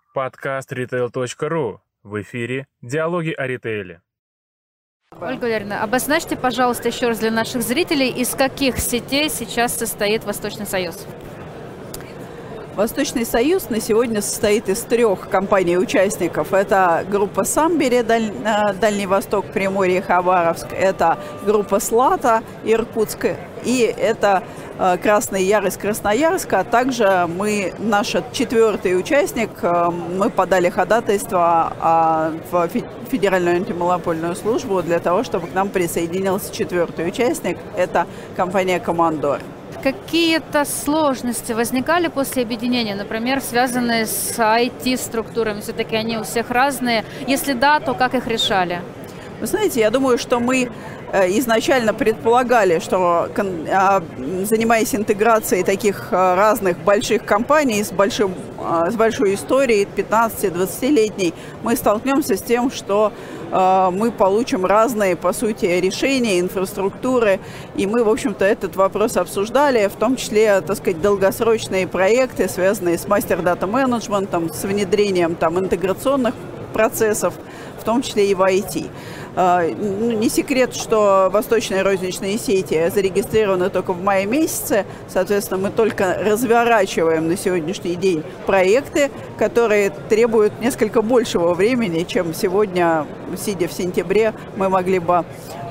Подкаст retail.ru. В эфире «Диалоги о ритейле». Ольга Валерьевна, обозначьте, пожалуйста, еще раз для наших зрителей, из каких сетей сейчас состоит Восточный Союз? Восточный Союз на сегодня состоит из 3 компаний-участников. Это группа Самбери, Дальний Восток, Приморье, Хабаровск. Это группа Слата, Иркутск. И это Красный Яр из Красноярска. А также наш 4-й участник, мы подали ходатайство в Федеральную антимонопольную службу для того, чтобы к нам присоединился 4-й участник. Это компания «Командор». Какие-то сложности возникали после объединения, например, связанные с IT-структурами? Все-таки они у всех разные. Если да, то как их решали? Вы знаете, я думаю, что мы изначально предполагали, что, занимаясь интеграцией таких разных больших компаний с большой историей, 15-20-летней, мы столкнемся с тем, что мы получим разные, по сути, решения, инфраструктуры. И мы, в общем-то, этот вопрос обсуждали, в том числе, так сказать, долгосрочные проекты, связанные с мастер-дата-менеджментом, с внедрением интеграционных процессов, в том числе и в IT. Не секрет, что восточные розничные сети зарегистрированы только в мае месяце. Соответственно, мы только разворачиваем на сегодняшний день проекты, которые требуют несколько большего времени, чем сегодня, сидя в сентябре, мы могли бы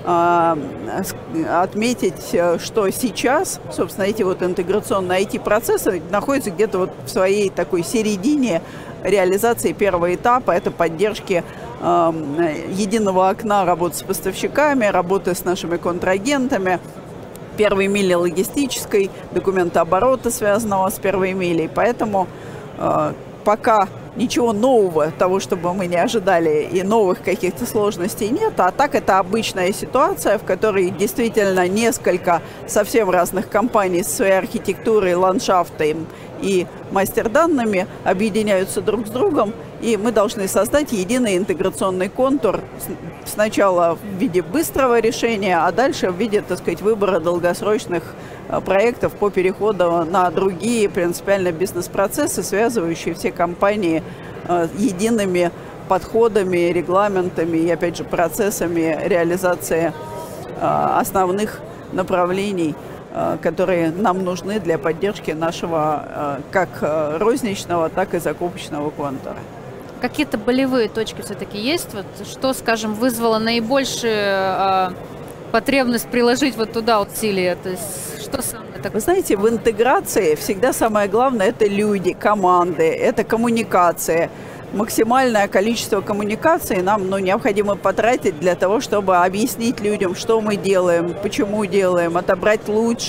отметить, что сейчас, собственно, эти интеграционные IT-процессы находятся где-то в своей такой середине реализации первого этапа. Это поддержки единого окна работы с поставщиками, работы с нашими контрагентами, первой мили логистической, документооборота, связанного с первой милей. Поэтому пока ничего нового, того, чтобы мы не ожидали, и новых каких-то сложностей нет. А так это обычная ситуация, в которой действительно несколько совсем разных компаний со своей архитектурой, ландшафтом и мастер-данными объединяются друг с другом, и мы должны создать единый интеграционный контур сначала в виде быстрого решения, а дальше в виде, так сказать, выбора долгосрочных проектов по переходу на другие принципиально бизнес-процессы, связывающие все компании едиными подходами, регламентами и, опять же, процессами реализации основных направлений, которые нам нужны для поддержки нашего как розничного, так и закупочного контура. Какие-то болевые точки все-таки есть? Что, скажем, вызвало наибольшую потребность приложить туда усилия? То есть что самое такое? Вы знаете, в интеграции всегда самое главное – это люди, команды, это коммуникация. Максимальное количество коммуникаций нам необходимо потратить для того, чтобы объяснить людям, что мы делаем, почему делаем, отобрать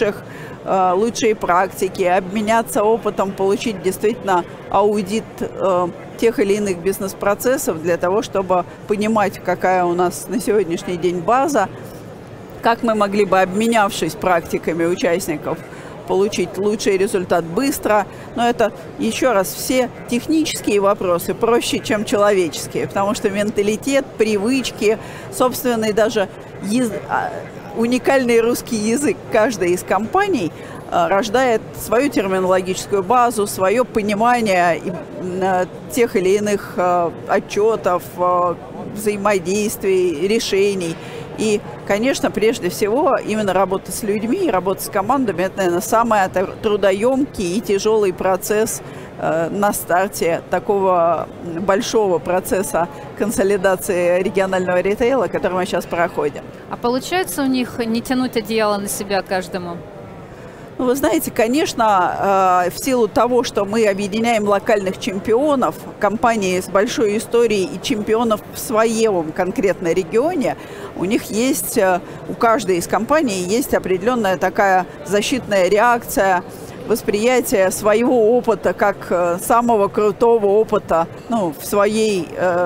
лучшие практики, обменяться опытом, получить действительно аудит тех или иных бизнес-процессов для того, чтобы понимать, какая у нас на сегодняшний день база, как мы могли бы, обменявшись практиками участников, получить лучший результат быстро. Но это, еще раз, все технические вопросы проще, чем человеческие, потому что менталитет, привычки, собственный даже уникальный русский язык каждой из компаний рождает свою терминологическую базу, свое понимание тех или иных отчетов, взаимодействий, решений. И, конечно, прежде всего, именно работа с людьми и работа с командами – это, наверное, самый трудоемкий и тяжелый процесс на старте такого большого процесса консолидации регионального ритейла, который мы сейчас проходим. А получается у них не тянуть одеяло на себя каждому? Вы знаете, конечно, в силу того, что мы объединяем локальных чемпионов, компании с большой историей и чемпионов в своем конкретном регионе, у них есть, у каждой из компаний есть определенная такая защитная реакция, восприятие своего опыта как самого крутого опыта в своей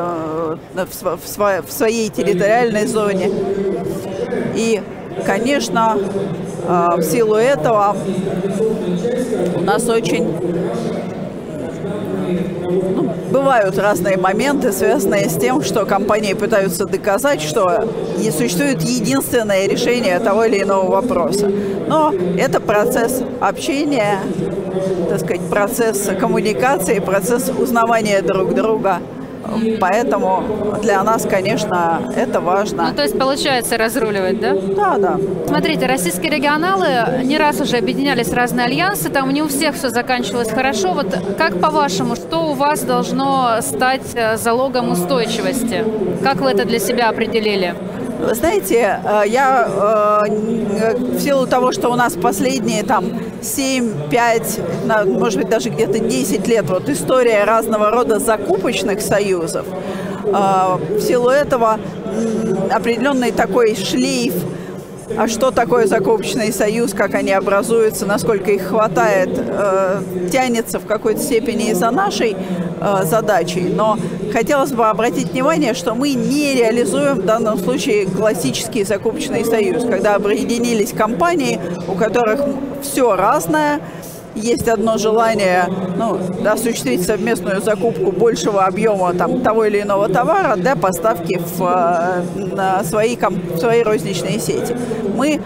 территориальной зоне. И, конечно, в силу этого у нас очень бывают разные моменты, связанные с тем, что компании пытаются доказать, что не существует единственное решение того или иного вопроса. Но это процесс общения, так сказать, процесс коммуникации, процесс узнавания друг друга. Поэтому для нас, конечно, это важно. Ну, то есть получается разруливать, да? Да, да. Смотрите, российские регионалы не раз уже объединялись в разные альянсы, там не у всех все заканчивалось хорошо. Вот как по-вашему, что у вас должно стать залогом устойчивости? Как вы это для себя определили? Вы знаете, я в силу того, что у нас последние там 7-5, может быть, даже где-то 10 лет вот история разного рода закупочных союзов, в силу этого определенный такой шлейф, а что такое закупочный союз, как они образуются, насколько их хватает, тянется в какой-то степени и за нашей задачей. Но хотелось бы обратить внимание, что мы не реализуем в данном случае классический закупочный союз, когда объединились компании, у которых все разное. Есть одно желание осуществить совместную закупку большего объема того или иного товара для поставки в свои розничные сети. Мы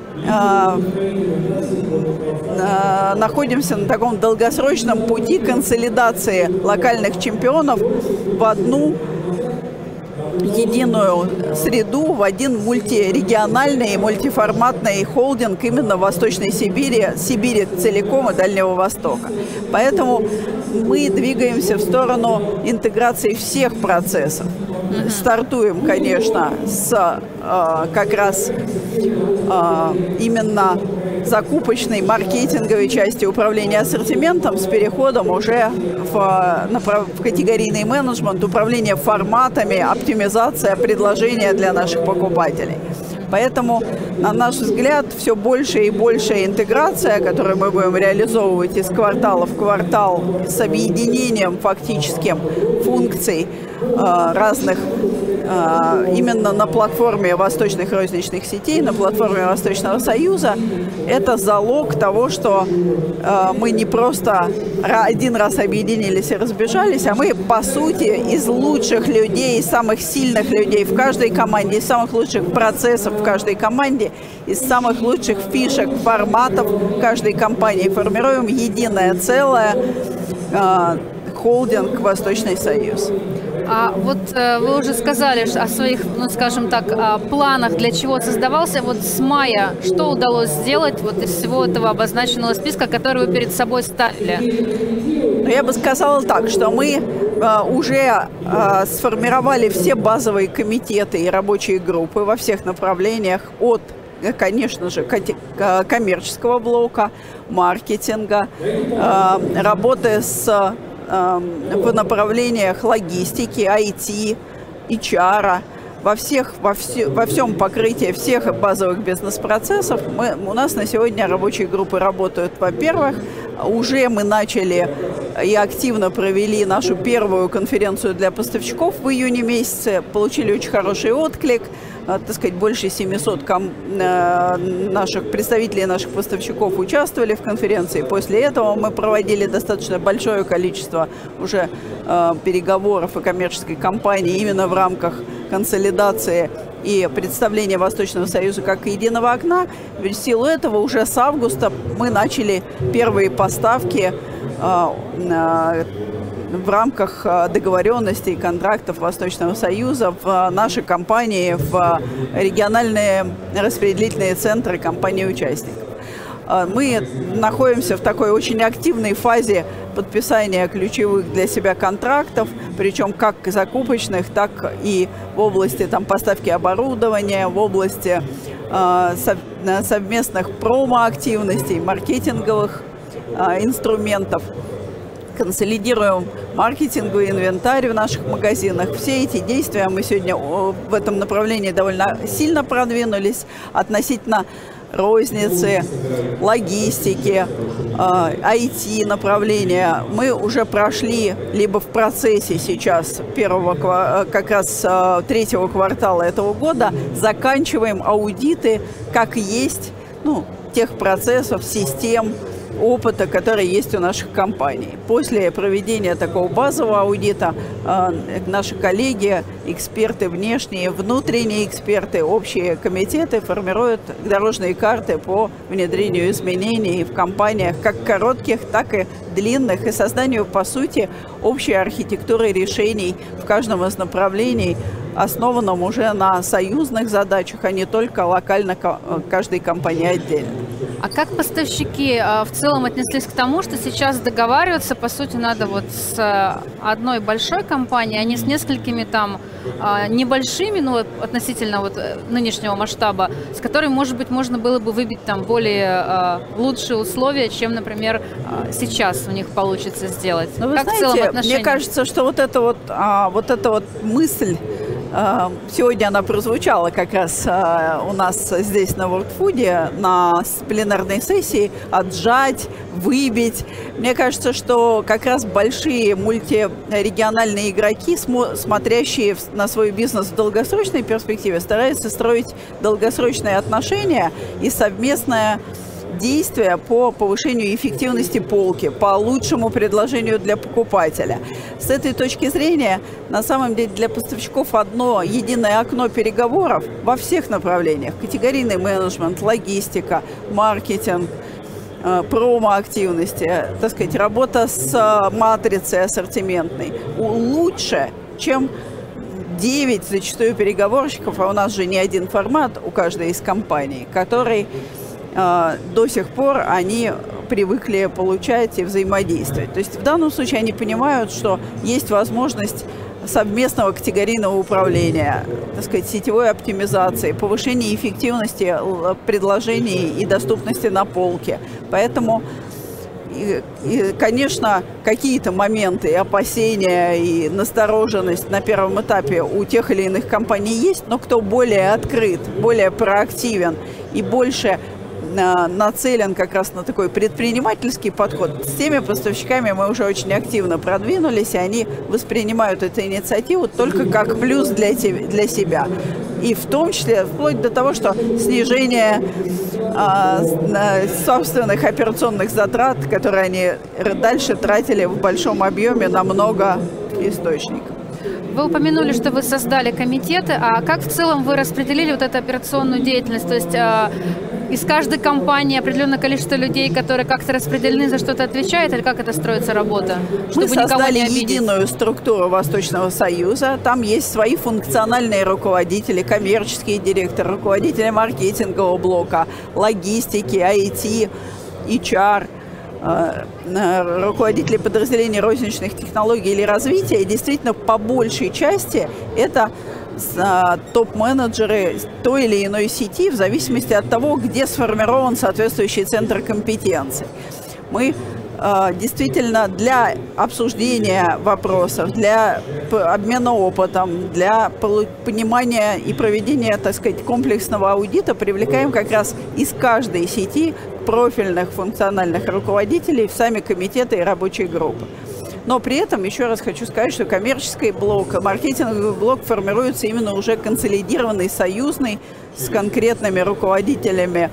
находимся на таком долгосрочном пути консолидации локальных чемпионов в одну единую среду, в один мультирегиональный и мультиформатный холдинг именно в Восточной Сибири, Сибири целиком и Дальнего Востока. Поэтому мы двигаемся в сторону интеграции всех процессов. Стартуем, конечно, с как раз именно закупочной, маркетинговой части управления ассортиментом с переходом уже в категорийный менеджмент, управление форматами, оптимизация предложения для наших покупателей. Поэтому, на наш взгляд, все больше и больше интеграция, которую мы будем реализовывать из квартала в квартал с объединением фактическим функций разных именно на платформе восточных розничных сетей, на платформе Восточного Союза, это залог того, что мы не просто один раз объединились и разбежались, а мы, по сути, из лучших людей, из самых сильных людей в каждой команде, из самых лучших процессов в каждой команде, из самых лучших фишек, форматов каждой компании формируем единое целое холдинг «Восточный Союз». А вот вы уже сказали о своих, скажем так, планах, для чего создавался. Вот с мая что удалось сделать вот из всего этого обозначенного списка, который вы перед собой ставили? Я бы сказала так, что мы уже сформировали все базовые комитеты и рабочие группы во всех направлениях от, конечно же, коммерческого блока, маркетинга, работы в направлениях логистики, IT, HR, во всем покрытии всех базовых бизнес-процессов. У нас на сегодня рабочие группы работают. Во-первых, уже мы начали и активно провели нашу первую конференцию для поставщиков в июне месяце, получили очень хороший отклик. Так сказать, больше 700 наших представителей, наших поставщиков участвовали в конференции. После этого мы проводили достаточно большое количество уже переговоров и коммерческой кампании именно в рамках консолидации и представления Восточного Союза как единого окна. В силу этого уже с августа мы начали первые поставки в рамках договоренностей и контрактов Восточного Союза в наши компании, в региональные распределительные центры компаний-участников. Мы находимся в такой очень активной фазе подписания ключевых для себя контрактов, причем как закупочных, так и в области поставки оборудования, в области совместных промо-активностей, маркетинговых инструментов. Консолидируем маркетинговый инвентарь в наших магазинах. Все эти действия мы сегодня в этом направлении довольно сильно продвинулись относительно розницы, логистики, IT направления. Мы уже прошли либо в процессе сейчас как раз третьего квартала этого года, заканчиваем аудиты, как есть, тех процессов, систем, опыта, который есть у наших компаний. После проведения такого базового аудита наши коллеги, эксперты внешние, внутренние эксперты, общие комитеты формируют дорожные карты по внедрению изменений в компаниях, как коротких, так и длинных, и созданию, по сути, общей архитектуры решений в каждом из направлений, основанном уже на союзных задачах, а не только локально каждой компании отдельно. А как поставщики в целом отнеслись к тому, что сейчас договариваться, по сути, надо вот с одной большой компанией, а не с несколькими там небольшими, ну, относительно вот нынешнего масштаба, с которой, может быть, можно было бы выбить там более лучшие условия, чем, например, сейчас у них получится сделать? Ну, вы как знаете, в целом отношения? мне кажется, что вот эта мысль, сегодня она прозвучала как раз у нас здесь на WorldFood на пленарной сессии: отжать, выбить. Мне кажется, что как раз большие мультирегиональные игроки, смотрящие на свой бизнес в долгосрочной перспективе, стараются строить долгосрочные отношения и совместное действия по повышению эффективности полки, по лучшему предложению для покупателя. С этой точки зрения, на самом деле, для поставщиков одно единое окно переговоров во всех направлениях: категорийный менеджмент, логистика, маркетинг, промо-активности, так сказать, работа с матрицей ассортиментной лучше, чем 9 зачастую переговорщиков, а у нас же не один формат у каждой из компаний, который до сих пор они привыкли получать и взаимодействовать. То есть в данном случае они понимают, что есть возможность совместного категорийного управления, так сказать, сетевой оптимизации, повышения эффективности предложений и доступности на полке. Поэтому, конечно, какие-то моменты и опасения, и настороженность на первом этапе у тех или иных компаний есть, но кто более открыт, более проактивен и больше нацелен как раз на такой предпринимательский подход, с теми поставщиками мы уже очень активно продвинулись, и они воспринимают эту инициативу только как плюс для себя. И в том числе вплоть до того, что снижение собственных операционных затрат, которые они дальше тратили в большом объеме на много источников. Вы упомянули, что вы создали комитеты, а как в целом вы распределили вот эту операционную деятельность? То есть из каждой компании определенное количество людей, которые как-то распределены, за что-то отвечают, или как это строится работа? Мы создали единую структуру Восточного Союза. Там есть свои функциональные руководители, коммерческие директоры, руководители маркетингового блока, логистики, IT, HR, руководители подразделений розничных технологий или развития. И действительно, по большей части это топ-менеджеры той или иной сети в зависимости от того, где сформирован соответствующий центр компетенций. Мы действительно для обсуждения вопросов, для обмена опытом, для понимания и проведения, так сказать, комплексного аудита привлекаем как раз из каждой сети профильных функциональных руководителей в сами комитеты и рабочие группы. Но при этом еще раз хочу сказать, что коммерческий блок, маркетинговый блок формируется именно уже консолидированный, союзный, с конкретными руководителями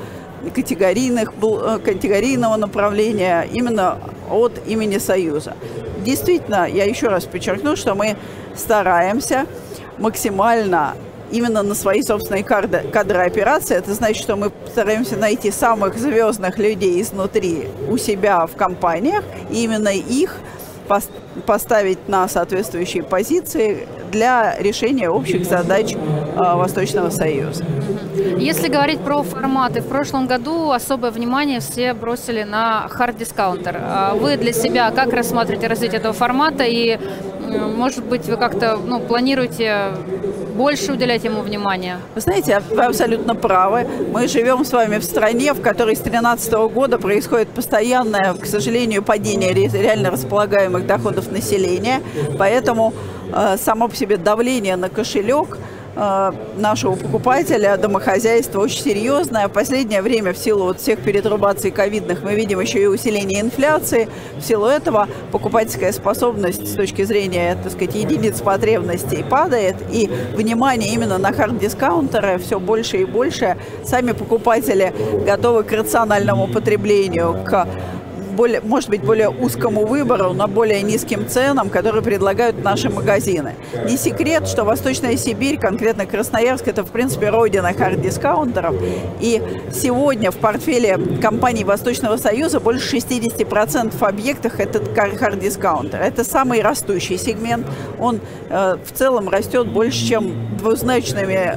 категорийного направления именно от имени Союза. Действительно, я еще раз подчеркну, что мы стараемся максимально именно на свои собственные кадры операции. Это значит, что мы стараемся найти самых звездных людей изнутри у себя в компаниях, и именно их поставить на соответствующие позиции для решения общих задач Восточного Союза. Если говорить про форматы, в прошлом году особое внимание все бросили на хард-дискаунтер. Вы для себя как рассматриваете развитие этого формата и, может быть, вы как-то планируете больше уделять ему внимания? Вы знаете, вы абсолютно правы. Мы живем с вами в стране, в которой с 2013 года происходит постоянное, к сожалению, падение реально располагаемых доходов населения. Поэтому само по себе давление на кошелек нашего покупателя, домохозяйства очень серьезное. В последнее время в силу всех перетрубаций ковидных мы видим еще и усиление инфляции. В силу этого покупательская способность с точки зрения, так сказать, единиц потребностей падает. И внимание именно на хард-дискаунтеры все больше и больше. Сами покупатели готовы к рациональному потреблению, к может быть, более узкому выбору, но более низким ценам, которые предлагают наши магазины. Не секрет, что Восточная Сибирь, конкретно Красноярск, это, в принципе, родина хард-дискаунтеров. И сегодня в портфеле компаний Восточного Союза больше 60% объектов – это хард-дискаунтер. Это самый растущий сегмент. Он в целом растет больше, чем двузначные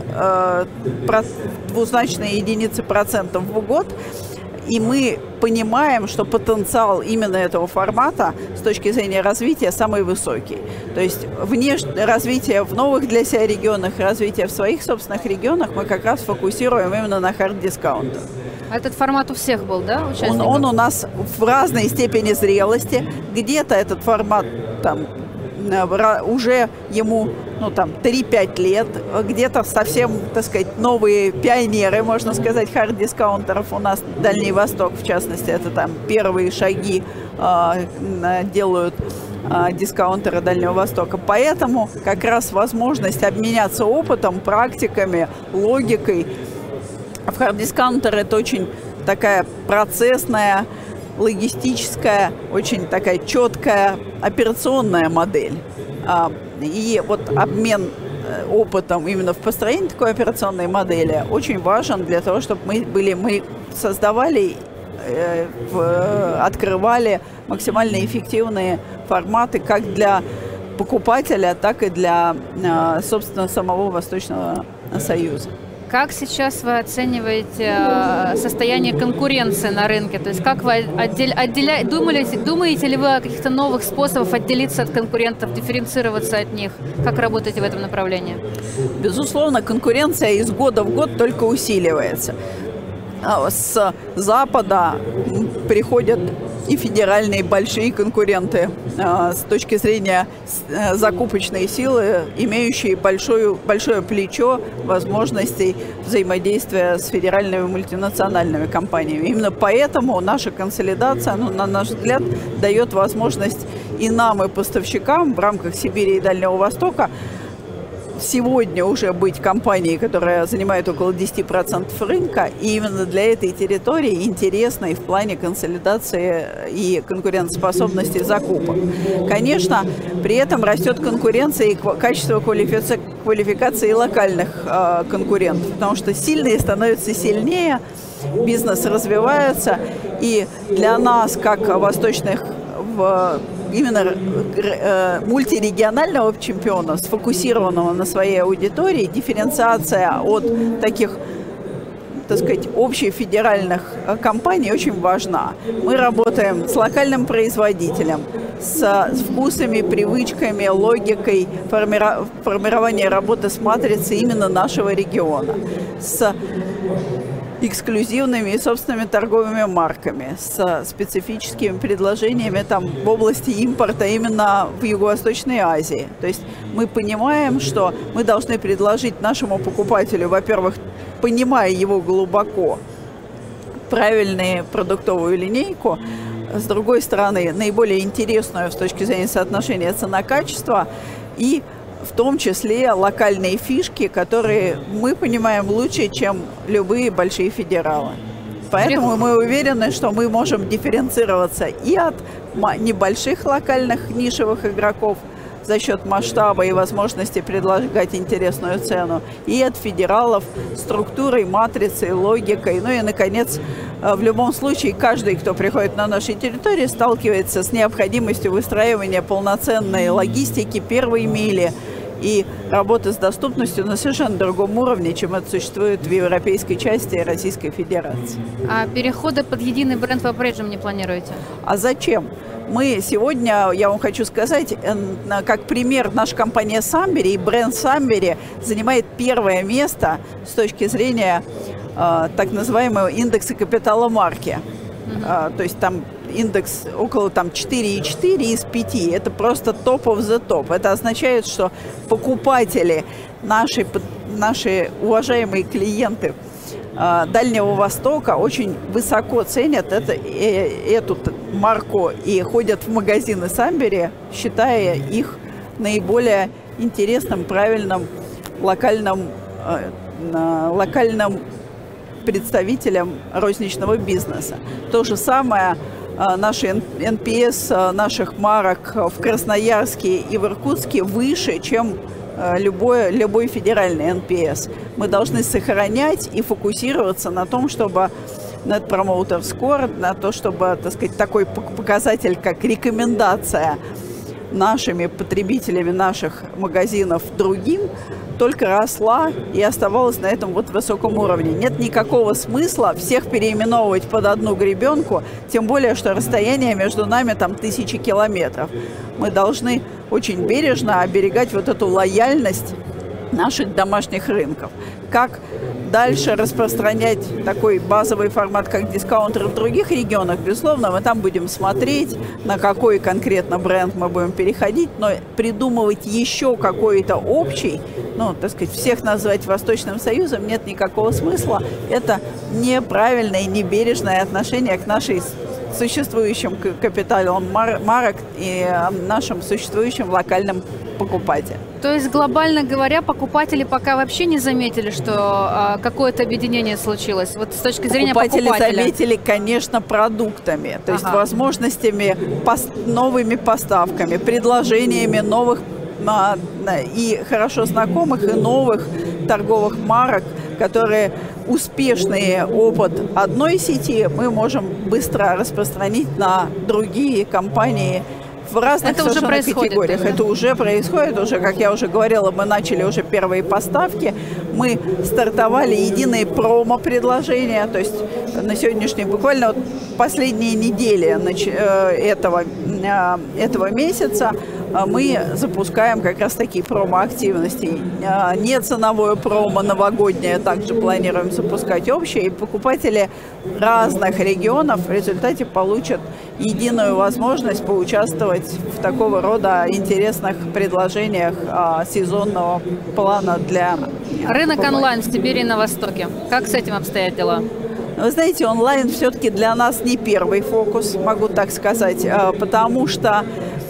единицы процентов в год. И мы понимаем, что потенциал именно этого формата с точки зрения развития самый высокий. То есть развитие в новых для себя регионах, развитие в своих собственных регионах мы как раз фокусируем именно на хард-дискаунтах. Этот формат у всех был, да, участников? Он у нас в разной степени зрелости. Где-то этот формат там уже ему 3-5 лет, где-то совсем, так сказать, новые пионеры, можно сказать, хард-дискаунтеров у нас Дальний Восток, в частности, это там первые шаги делают дискаунтеры Дальнего Востока. Поэтому как раз возможность обменяться опытом, практиками, логикой. В хард-дискаунтере это очень такая процессная, логистическая, очень такая четкая операционная модель. И вот обмен опытом именно в построении такой операционной модели очень важен для того, чтобы мы создавали, открывали максимально эффективные форматы как для покупателя, так и для, собственно, самого Восточного Союза. Как сейчас вы оцениваете состояние конкуренции на рынке? То есть как вы думаете ли вы о каких-то новых способах отделиться от конкурентов, дифференцироваться от них? Как работаете в этом направлении? Безусловно, конкуренция из года в год только усиливается. С Запада приходят и федеральные большие конкуренты с точки зрения закупочной силы, имеющие большое плечо возможностей взаимодействия с федеральными мультинациональными компаниями. Именно поэтому наша консолидация, на наш взгляд, дает возможность и нам, и поставщикам в рамках Сибири и Дальнего Востока сегодня уже быть компанией, которая занимает около 10% рынка, и именно для этой территории интересной в плане консолидации и конкурентоспособности закупок. Конечно, при этом растет конкуренция и качество квалификации локальных конкурентов, потому что сильные становятся сильнее, бизнес развивается, и для нас, как восточных именно мультирегионального чемпиона, сфокусированного на своей аудитории, дифференциация от таких, так сказать, общефедеральных компаний очень важна. Мы работаем с локальным производителем, с вкусами, привычками, логикой формирования работы с матрицей именно нашего региона, с эксклюзивными и собственными торговыми марками, с специфическими предложениями в области импорта именно в Юго-Восточной Азии. То есть мы понимаем, что мы должны предложить нашему покупателю, во-первых, понимая его глубоко, правильную продуктовую линейку, с другой стороны, наиболее интересную с точки зрения соотношения цена-качество и в том числе локальные фишки, которые мы понимаем лучше, чем любые большие федералы. Поэтому мы уверены, что мы можем дифференцироваться и от небольших локальных нишевых игроков за счет масштаба и возможности предлагать интересную цену, и от федералов структурой, матрицей, логикой. Ну и, наконец, в любом случае, каждый, кто приходит на нашей территории, сталкивается с необходимостью выстраивания полноценной логистики первой мили и работы с доступностью на совершенно другом уровне, чем это существует в европейской части Российской Федерации. А переходы под единый бренд вы по-прежнему не планируете? А зачем? Мы сегодня, я вам хочу сказать, как пример, наша компания Sunbury и бренд Sunbury занимает первое место с точки зрения так называемого индекса капитала марки. То есть там индекс около 4,4 из 5. Это просто top of the top. Это означает, что покупатели, наши уважаемые клиенты Дальнего Востока очень высоко ценят эту марку и ходят в магазины Sunbury, считая их наиболее интересным, правильным, локальным представителем розничного бизнеса. То же самое наши NPS наших марок в Красноярске и в Иркутске выше, чем любой федеральный NPS. Мы должны сохранять и фокусироваться на том, чтобы Net Promoter Score, на то, чтобы, так сказать, такой показатель, как рекомендация нашими потребителями наших магазинов другим, только росла и оставалась на этом вот высоком уровне. Нет никакого смысла всех переименовывать под одну гребенку, тем более, что расстояние между нами там 1000 километров. Мы должны очень бережно оберегать вот эту лояльность наших домашних рынков. Как дальше распространять такой базовый формат, как дискаунтеры в других регионах, безусловно, мы там будем смотреть, на какой конкретно бренд мы будем переходить, но придумывать еще какой-то общий, так сказать, всех назвать Восточным Союзом нет никакого смысла. Это неправильное и небережное отношение к нашей существующим капиталам марок и нашим существующим локальным покупателям. То есть, глобально говоря, покупатели пока вообще не заметили, что какое-то объединение случилось, вот с точки зрения покупателя? Покупатели заметили, конечно, продуктами, то есть возможностями, новыми поставками, предложениями новых и хорошо знакомых, и новых торговых марок, которые успешный опыт одной сети мы можем быстро распространить на другие компании в разных совершенно категориях. Уже. Это уже происходит, как я уже говорила, мы начали уже первые поставки, мы стартовали единые промо-предложения, то есть на сегодняшний, буквально вот последние недели этого месяца мы запускаем как раз такие промо-активности. Не ценовое промо новогоднее, также планируем запускать общее, и покупатели разных регионов в результате получат единую возможность поучаствовать в такого рода интересных предложениях сезонного плана для рынок онлайн в Сибири и на Востоке. Как с этим обстоят дела? Вы знаете, онлайн все-таки для нас не первый фокус, могу так сказать, потому что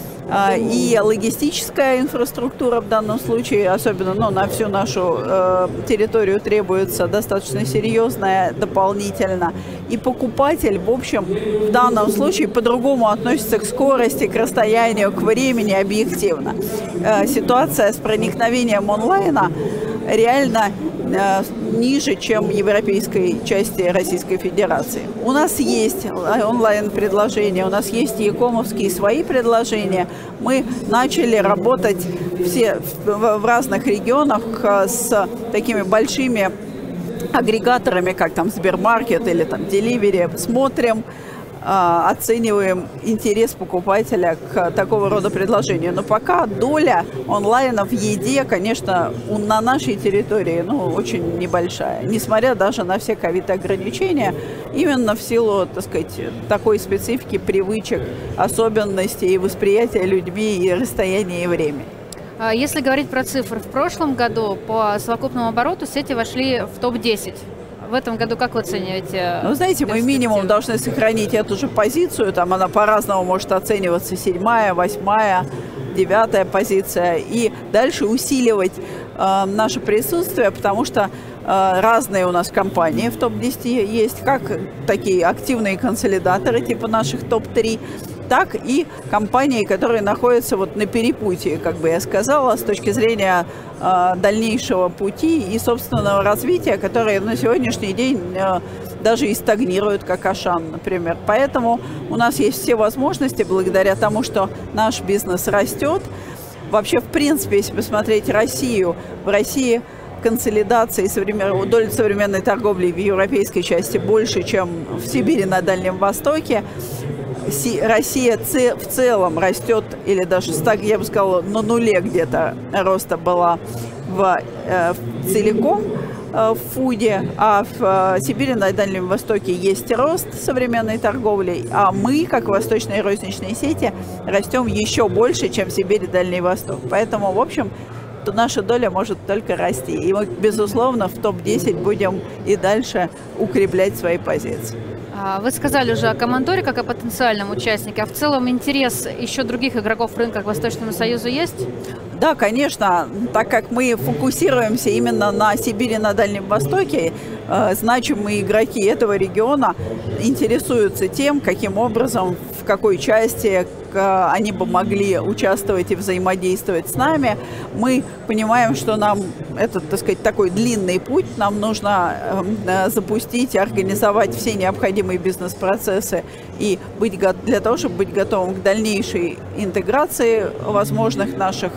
и логистическая инфраструктура в данном случае, особенно на всю нашу территорию, требуется достаточно серьезная дополнительно. И покупатель, в общем, в данном случае по-другому относится к скорости, к расстоянию, к времени объективно. Ситуация с проникновением онлайна реально ниже, чем в европейской части Российской Федерации. У нас есть онлайн-предложения, у нас есть и e-comовские свои предложения. Мы начали работать все в разных регионах с такими большими агрегаторами, как там Сбермаркет или там Delivery. Смотрим, оцениваем интерес покупателя к такого рода предложению. Но пока доля онлайна в еде, конечно, на нашей территории очень небольшая. Несмотря даже на все ковид-ограничения, именно в силу, так сказать, такой специфики, привычек, особенностей и восприятия людьми и расстояния и времени. Если говорить про цифры, в прошлом году по совокупному обороту сети вошли в топ-10. В этом году как вы оцениваете? Знаете, мы минимум должны сохранить эту же позицию. Там она по-разному может оцениваться: 7-я, 8-я, 9-я позиция. И дальше усиливать наше присутствие, потому что разные у нас компании в топ-10 есть, как такие активные консолидаторы типа наших топ-3, так и компании, которые находятся на перепутье, как бы я сказала, с точки зрения дальнейшего пути и собственного развития, которые на сегодняшний день даже и стагнируют, как Ашан, например. Поэтому у нас есть все возможности, благодаря тому, что наш бизнес растет. Вообще, в принципе, если посмотреть Россию, в России консолидации доля современной торговли в европейской части больше, чем в Сибири, на Дальнем Востоке. Россия в целом растет, или даже, я бы сказала, на нуле где-то роста была целиком в фуде, а в Сибири, на Дальнем Востоке есть рост современной торговли, а мы, как восточные розничные сети, растем еще больше, чем Сибирь и Дальний Восток. Поэтому, в общем, то наша доля может только расти. И мы, безусловно, в топ-10 будем и дальше укреплять свои позиции. Вы сказали уже о Командоре как о потенциальном участнике, а в целом интерес еще других игроков рынка к Восточному Союзу есть? Да, конечно, так как мы фокусируемся именно на Сибири, на Дальнем Востоке, значимые игроки этого региона интересуются тем, каким образом, в какой части они бы могли участвовать и взаимодействовать с нами. Мы понимаем, что нам это, так сказать, такой длинный путь. Нам нужно запустить, организовать все необходимые бизнес-процессы и для того, чтобы быть готовым к дальнейшей интеграции возможных наших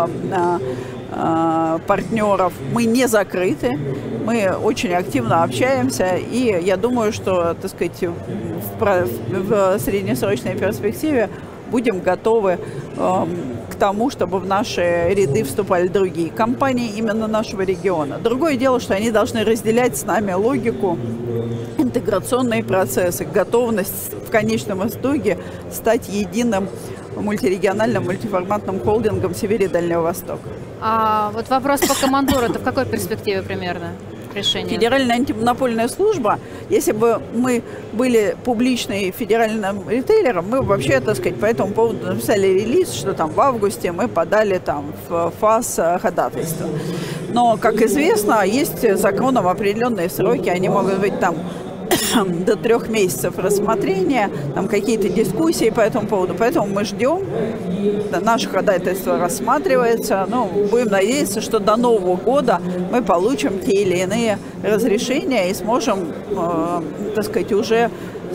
партнеров. Мы не закрыты, мы очень активно общаемся, и я думаю, что, так сказать, в среднесрочной перспективе будем готовы к тому, чтобы в наши ряды вступали другие компании именно нашего региона. Другое дело, что они должны разделять с нами логику, интеграционные процессы, готовность в конечном итоге стать единым мультирегиональным, мультиформатным холдингом Сибири и Дальнего Востока. А вот вопрос по командору, это в какой перспективе примерно решение? Федеральная антимонопольная служба, если бы мы были публичным федеральным ритейлером, мы вообще, так сказать, по этому поводу написали релиз, что там в августе мы подали там в ФАС ходатайство. Но, как известно, есть законом определенные сроки, они могут быть там до 3 месяцев рассмотрения, там какие-то дискуссии по этому поводу. Поэтому мы ждем, наше ходатайство рассматривается. Ну, будем надеяться, что до Нового года мы получим те или иные разрешения и сможем, так сказать, уже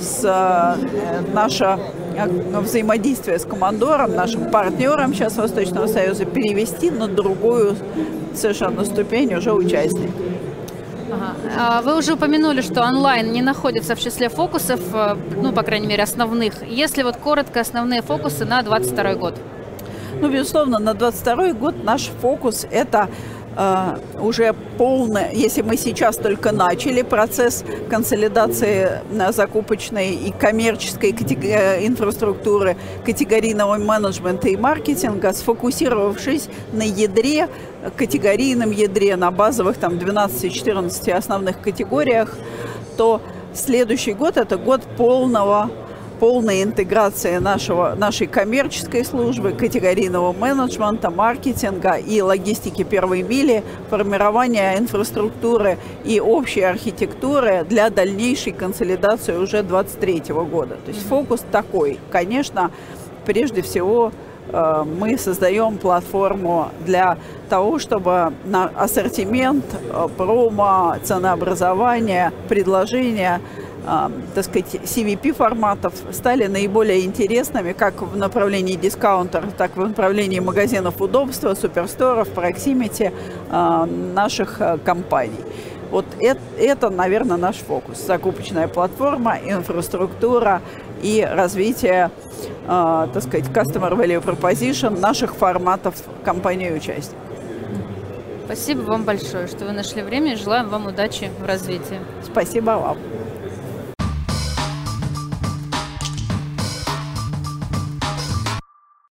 наше взаимодействие с командором, нашим партнером сейчас Восточного Союза, перевести на другую совершенно ступень уже участников. Ага. Вы уже упомянули, что онлайн не находится в числе фокусов, ну, по крайней мере, основных. Если вот коротко основные фокусы на 2022 год? Ну, безусловно, на 2022 год наш фокус – это уже полный, если мы сейчас только начали процесс консолидации закупочной и коммерческой инфраструктуры, категорийного менеджмента и маркетинга, сфокусировавшись на ядре, категорийном ядре, на базовых там 12-14 основных категориях, то следующий год – это год полной интеграции нашей коммерческой службы, категорийного менеджмента, маркетинга и логистики первой мили, формирования инфраструктуры и общей архитектуры для дальнейшей консолидации уже 2023 года. То есть фокус такой. Конечно, прежде всего мы создаем платформу для того, чтобы на ассортимент, промо, ценообразование, предложения, так сказать, CVP-форматов стали наиболее интересными как в направлении дискаунтеров, так и в направлении магазинов удобства, суперсторов, проксимити наших компаний. Вот это, наверное, наш фокус. Закупочная платформа, инфраструктура и развитие, так сказать, Customer Value Proposition наших форматов компании-участников. Спасибо вам большое, что вы нашли время, и желаем вам удачи в развитии. Спасибо вам.